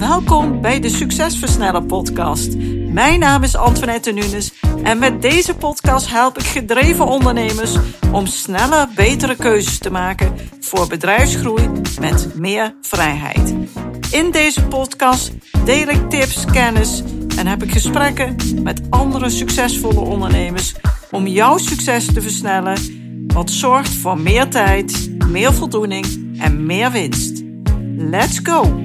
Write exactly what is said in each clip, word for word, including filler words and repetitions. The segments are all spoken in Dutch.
Welkom bij de Succesversneller podcast. Mijn naam is Antoinette Nunes en met deze podcast help ik gedreven ondernemers om snelle, betere keuzes te maken voor bedrijfsgroei met meer vrijheid. In deze podcast deel ik tips, kennis en heb ik gesprekken met andere succesvolle ondernemers om jouw succes te versnellen, wat zorgt voor meer tijd, meer voldoening en meer winst. Let's go!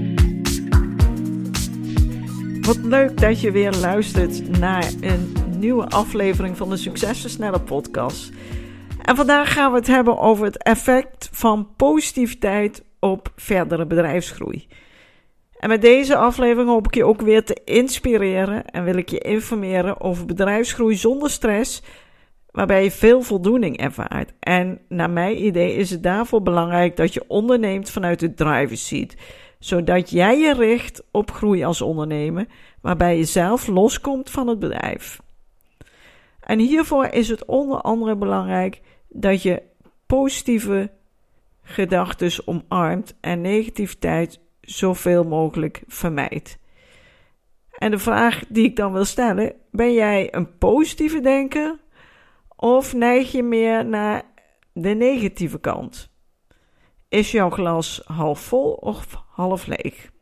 Wat leuk dat je weer luistert naar een nieuwe aflevering van de Succesversneller podcast. En vandaag gaan we het hebben over het effect van positiviteit op verdere bedrijfsgroei. En met deze aflevering hoop ik je ook weer te inspireren en wil ik je informeren over bedrijfsgroei zonder stress, waarbij je veel voldoening ervaart. En naar mijn idee is het daarvoor belangrijk dat je onderneemt vanuit de driver's seat, zodat jij je richt op groei als ondernemer, waarbij je zelf loskomt van het bedrijf. En hiervoor is het onder andere belangrijk dat je positieve gedachten omarmt en negativiteit zoveel mogelijk vermijdt. En de vraag die ik dan wil stellen, ben jij een positieve denker of neig je meer naar de negatieve kant? Is jouw glas half vol of half leeg?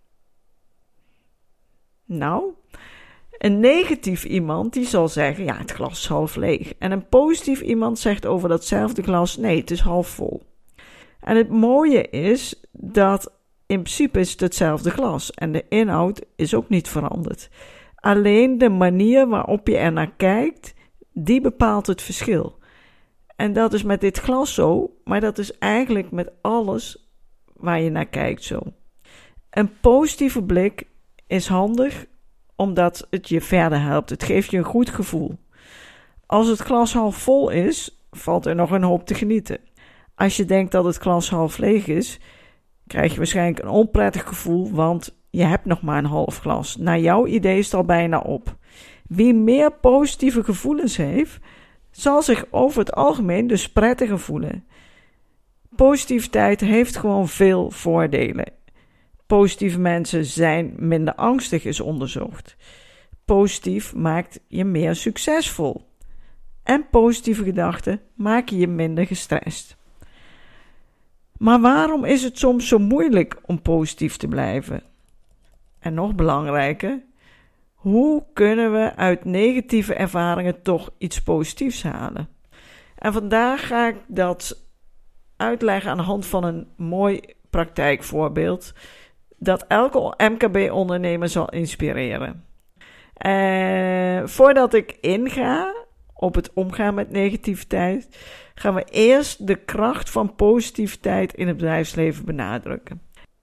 Nou, een negatief iemand die zal zeggen, ja, het glas is half leeg. En een positief iemand zegt over datzelfde glas, nee, het is half vol. En het mooie is dat in principe is het hetzelfde glas en de inhoud is ook niet veranderd. Alleen de manier waarop je er naar kijkt, die bepaalt het verschil. En dat is met dit glas zo, maar dat is eigenlijk met alles waar je naar kijkt zo. Een positieve blik is handig, omdat het je verder helpt. Het geeft je een goed gevoel. Als het glas half vol is, valt er nog een hoop te genieten. Als je denkt dat het glas half leeg is, krijg je waarschijnlijk een onprettig gevoel, want je hebt nog maar een half glas. Naar jouw idee is het al bijna op. Wie meer positieve gevoelens heeft, zal zich over het algemeen dus prettiger voelen. Positiviteit heeft gewoon veel voordelen. Positieve mensen zijn minder angstig, is onderzocht. Positief maakt je meer succesvol. En positieve gedachten maken je minder gestrest. Maar waarom is het soms zo moeilijk om positief te blijven? En nog belangrijker, hoe kunnen we uit negatieve ervaringen toch iets positiefs halen? En vandaag ga ik dat uitleggen aan de hand van een mooi praktijkvoorbeeld dat elke M K B-ondernemer zal inspireren. Uh, voordat ik inga op het omgaan met negativiteit, gaan we eerst de kracht van positiviteit in het bedrijfsleven benadrukken.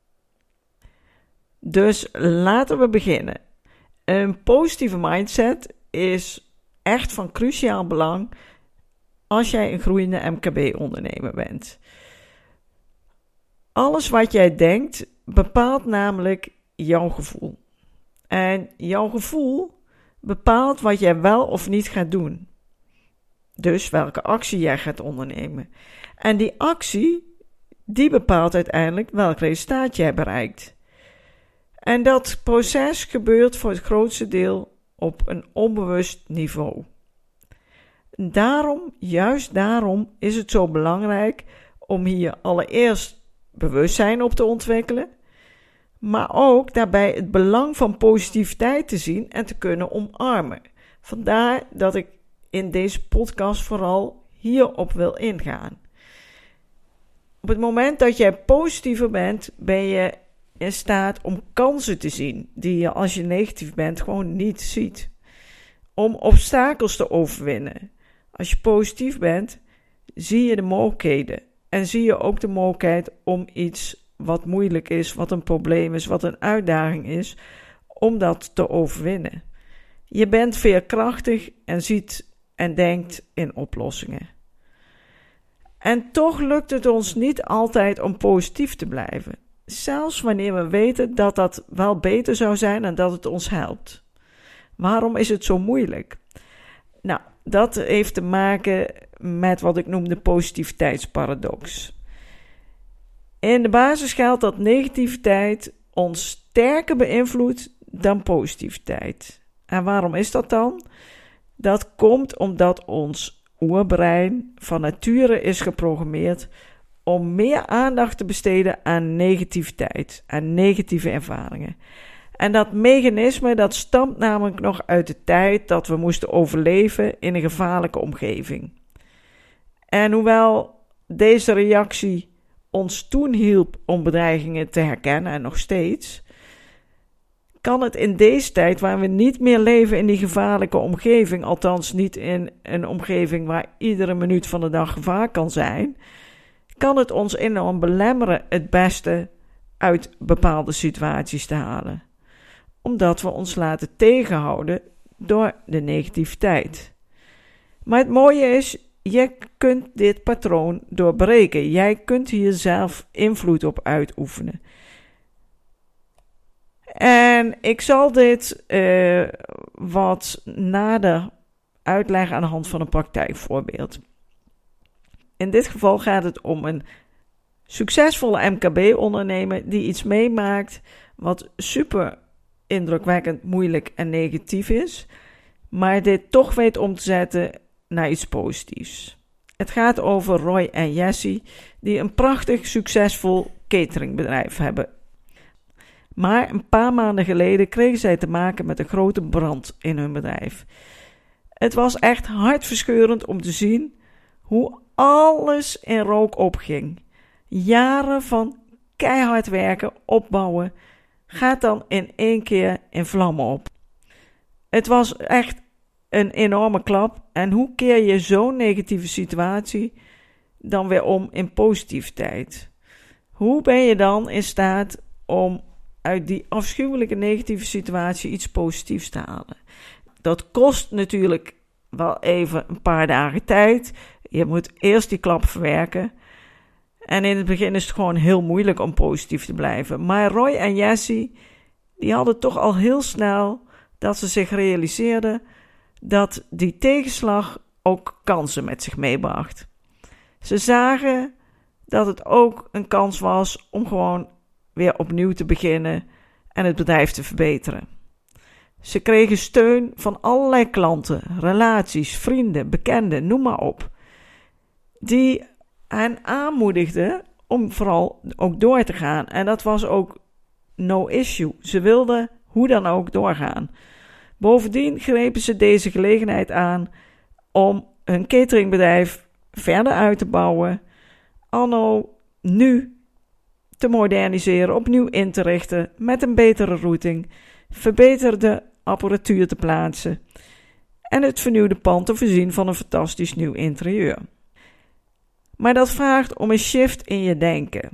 Dus laten we beginnen. Een positieve mindset is echt van cruciaal belang als jij een groeiende M K B-ondernemer bent. Alles wat jij denkt bepaalt namelijk jouw gevoel. En jouw gevoel bepaalt wat jij wel of niet gaat doen. Dus welke actie jij gaat ondernemen. En die actie, die bepaalt uiteindelijk welk resultaat jij bereikt. En dat proces gebeurt voor het grootste deel op een onbewust niveau. Daarom, juist daarom, is het zo belangrijk om hier allereerst bewustzijn op te ontwikkelen, maar ook daarbij het belang van positiviteit te zien en te kunnen omarmen. Vandaar dat ik in deze podcast vooral hierop wil ingaan. Op het moment dat jij positiever bent, ben je in staat om kansen te zien die je als je negatief bent gewoon niet ziet. Om obstakels te overwinnen. Als je positief bent, zie je de mogelijkheden. En zie je ook de mogelijkheid om iets wat moeilijk is, wat een probleem is, wat een uitdaging is, om dat te overwinnen. Je bent veerkrachtig en ziet en denkt in oplossingen. En toch lukt het ons niet altijd om positief te blijven. Zelfs wanneer we weten dat dat wel beter zou zijn en dat het ons helpt. Waarom is het zo moeilijk? Nou, dat heeft te maken met wat ik noem de positiviteitsparadox. In de basis geldt dat negativiteit ons sterker beïnvloedt dan positiviteit. En waarom is dat dan? Dat komt omdat ons oerbrein van nature is geprogrammeerd om meer aandacht te besteden aan negativiteit, aan negatieve ervaringen. En dat mechanisme dat stamt namelijk nog uit de tijd dat we moesten overleven in een gevaarlijke omgeving. En hoewel deze reactie ons toen hielp om bedreigingen te herkennen en nog steeds, kan het in deze tijd, waar we niet meer leven in die gevaarlijke omgeving, althans niet in een omgeving waar iedere minuut van de dag gevaar kan zijn, kan het ons enorm belemmeren het beste uit bepaalde situaties te halen. Omdat we ons laten tegenhouden door de negativiteit. Maar het mooie is, je kunt dit patroon doorbreken. Jij kunt hier zelf invloed op uitoefenen. En ik zal dit uh, wat nader uitleggen aan de hand van een praktijkvoorbeeld. In dit geval gaat het om een succesvolle M K B-ondernemer die iets meemaakt wat super indrukwekkend, moeilijk en negatief is, maar dit toch weet om te zetten naar iets positiefs. Het gaat over Roy en Jessie, die een prachtig succesvol cateringbedrijf hebben. Maar een paar maanden geleden kregen zij te maken met een grote brand in hun bedrijf. Het was echt hartverscheurend om te zien hoe alles in rook opging. Jaren van keihard werken, opbouwen, gaat dan in één keer in vlammen op. Het was echt een enorme klap. En hoe keer je zo'n negatieve situatie dan weer om in positiviteit? Hoe ben je dan in staat om uit die afschuwelijke negatieve situatie iets positiefs te halen? Dat kost natuurlijk wel even een paar dagen tijd. Je moet eerst die klap verwerken. En in het begin is het gewoon heel moeilijk om positief te blijven. Maar Roy en Jessie, die hadden toch al heel snel dat ze zich realiseerden dat die tegenslag ook kansen met zich meebracht. Ze zagen dat het ook een kans was om gewoon weer opnieuw te beginnen en het bedrijf te verbeteren. Ze kregen steun van allerlei klanten, relaties, vrienden, bekenden, noem maar op, die hen aanmoedigden om vooral ook door te gaan. En dat was ook no issue. Ze wilden hoe dan ook doorgaan. Bovendien grepen ze deze gelegenheid aan om hun cateringbedrijf verder uit te bouwen, anno nu te moderniseren, opnieuw in te richten met een betere routing, verbeterde apparatuur te plaatsen en het vernieuwde pand te voorzien van een fantastisch nieuw interieur. Maar dat vraagt om een shift in je denken.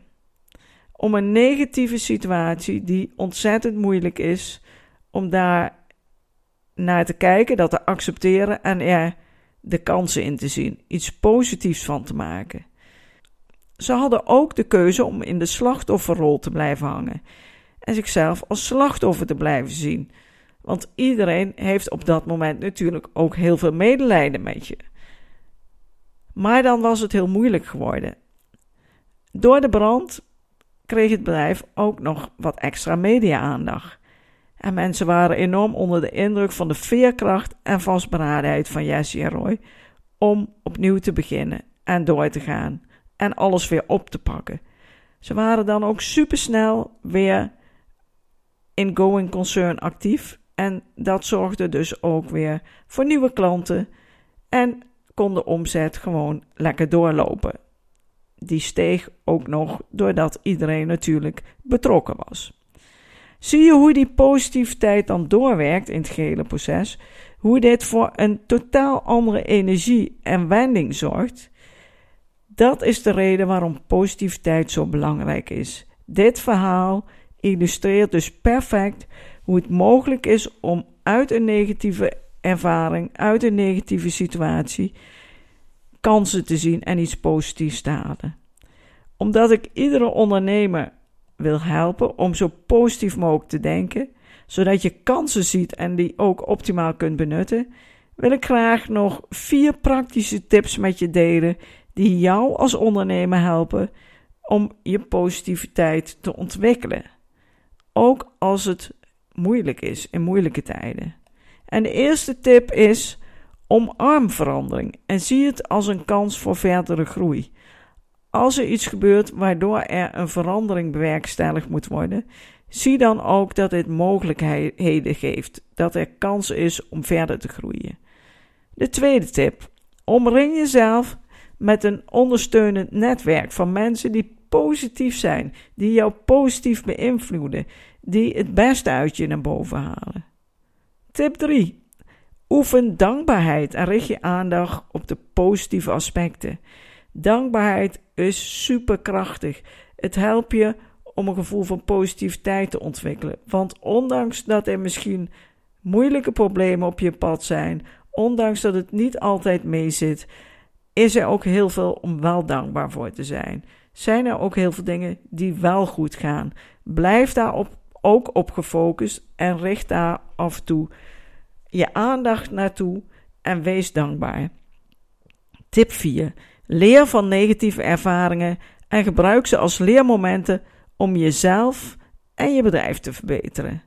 Om een negatieve situatie die ontzettend moeilijk is, om daar naar te kijken, dat te accepteren en er de kansen in te zien. Iets positiefs van te maken. Ze hadden ook de keuze om in de slachtofferrol te blijven hangen. En zichzelf als slachtoffer te blijven zien. Want iedereen heeft op dat moment natuurlijk ook heel veel medelijden met je. Maar dan was het heel moeilijk geworden. Door de brand kreeg het bedrijf ook nog wat extra media-aandacht. En mensen waren enorm onder de indruk van de veerkracht en vastberadenheid van Jessie en Roy om opnieuw te beginnen en door te gaan en alles weer op te pakken. Ze waren dan ook supersnel weer in going concern actief en dat zorgde dus ook weer voor nieuwe klanten en kon de omzet gewoon lekker doorlopen. Die steeg ook nog doordat iedereen natuurlijk betrokken was. Zie je hoe die positiviteit dan doorwerkt in het gehele proces? Hoe dit voor een totaal andere energie en wending zorgt? Dat is de reden waarom positiviteit zo belangrijk is. Dit verhaal illustreert dus perfect hoe het mogelijk is om uit een negatieve ervaring, uit een negatieve situatie, kansen te zien en iets positiefs te halen. Omdat ik iedere ondernemer wil helpen om zo positief mogelijk te denken, zodat je kansen ziet en die ook optimaal kunt benutten, wil ik graag nog vier praktische tips met je delen die jou als ondernemer helpen om je positiviteit te ontwikkelen. ook als het moeilijk is, in moeilijke tijden. En de eerste tip is: omarm verandering en zie het als een kans voor verdere groei. Als er iets gebeurt waardoor er een verandering bewerkstelligd moet worden, zie dan ook dat dit mogelijkheden geeft, dat er kans is om verder te groeien. De tweede tip: omring jezelf met een ondersteunend netwerk van mensen die positief zijn, die jou positief beïnvloeden, die het beste uit je naar boven halen. Tip drie: oefen dankbaarheid en richt je aandacht op de positieve aspecten. Dankbaarheid is superkrachtig. Het helpt je om een gevoel van positiviteit te ontwikkelen. Want ondanks dat er misschien moeilijke problemen op je pad zijn, ondanks dat het niet altijd meezit, is er ook heel veel om wel dankbaar voor te zijn. Zijn er ook heel veel dingen die wel goed gaan. Blijf daar op, ook op gefocust en richt daar af en toe je aandacht naartoe en wees dankbaar. Tip vier. Leer van negatieve ervaringen en gebruik ze als leermomenten om jezelf en je bedrijf te verbeteren.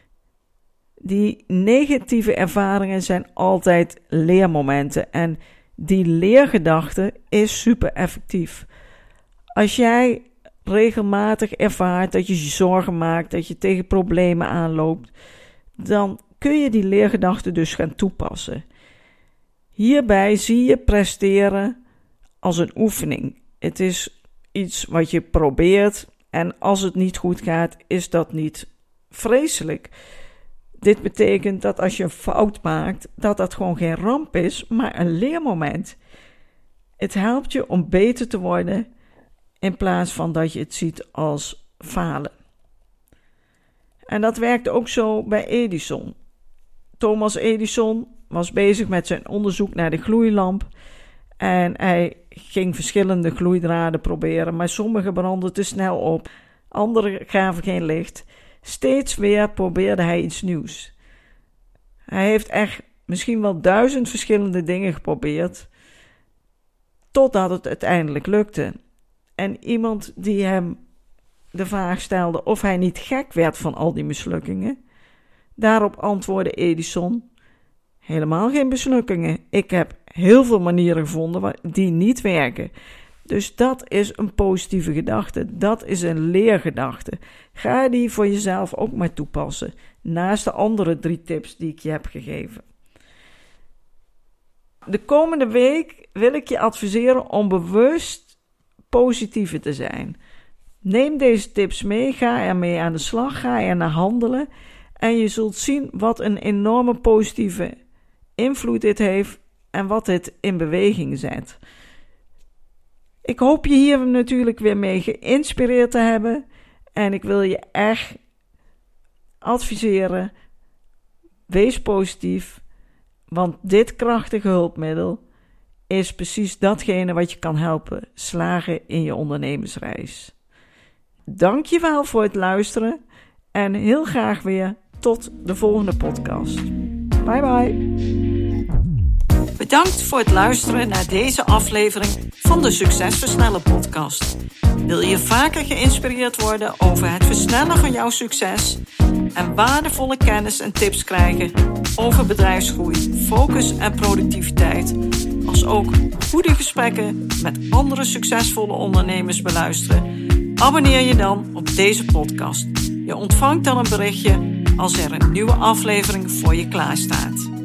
Die negatieve ervaringen zijn altijd leermomenten en die leergedachte is super effectief. Als jij regelmatig ervaart dat je je zorgen maakt, dat je tegen problemen aanloopt, dan kun je die leergedachte dus gaan toepassen. Hierbij zie je presteren als een oefening. Het is iets wat je probeert en als het niet goed gaat, is dat niet vreselijk. Dit betekent dat als je een fout maakt, dat dat gewoon geen ramp is, maar een leermoment. Het helpt je om beter te worden in plaats van dat je het ziet als falen. En dat werkt ook zo bij Edison. Thomas Edison was bezig met zijn onderzoek naar de gloeilamp en hij ging verschillende gloeidraden proberen, maar sommige brandden te snel op, andere gaven geen licht. Steeds weer probeerde hij iets nieuws. Hij heeft echt misschien wel duizend verschillende dingen geprobeerd, totdat het uiteindelijk lukte. En iemand die hem de vraag stelde of hij niet gek werd van al die mislukkingen, daarop antwoordde Edison: helemaal geen mislukkingen. Ik heb heel veel manieren gevonden die niet werken. Dus dat is een positieve gedachte. Dat is een leergedachte. Ga die voor jezelf ook maar toepassen. Naast de andere drie tips die ik je heb gegeven. De komende week wil ik je adviseren om bewust positiever te zijn. Neem deze tips mee. Ga ermee aan de slag. Ga er naar handelen. En je zult zien wat een enorme positieve invloed dit heeft en wat dit in beweging zet. Ik hoop je hier natuurlijk weer mee geïnspireerd te hebben. En ik wil je echt adviseren: wees positief. Want dit krachtige hulpmiddel is precies datgene wat je kan helpen slagen in je ondernemersreis. Dank je wel voor het luisteren. En heel graag weer tot de volgende podcast. Bye bye. Bedankt voor het luisteren naar deze aflevering van de Succesversnellen podcast. Wil je vaker geïnspireerd worden over het versnellen van jouw succes en waardevolle kennis en tips krijgen over bedrijfsgroei, focus en productiviteit, als ook goede gesprekken met andere succesvolle ondernemers beluisteren? Abonneer je dan op deze podcast. Je ontvangt dan een berichtje als er een nieuwe aflevering voor je klaar staat.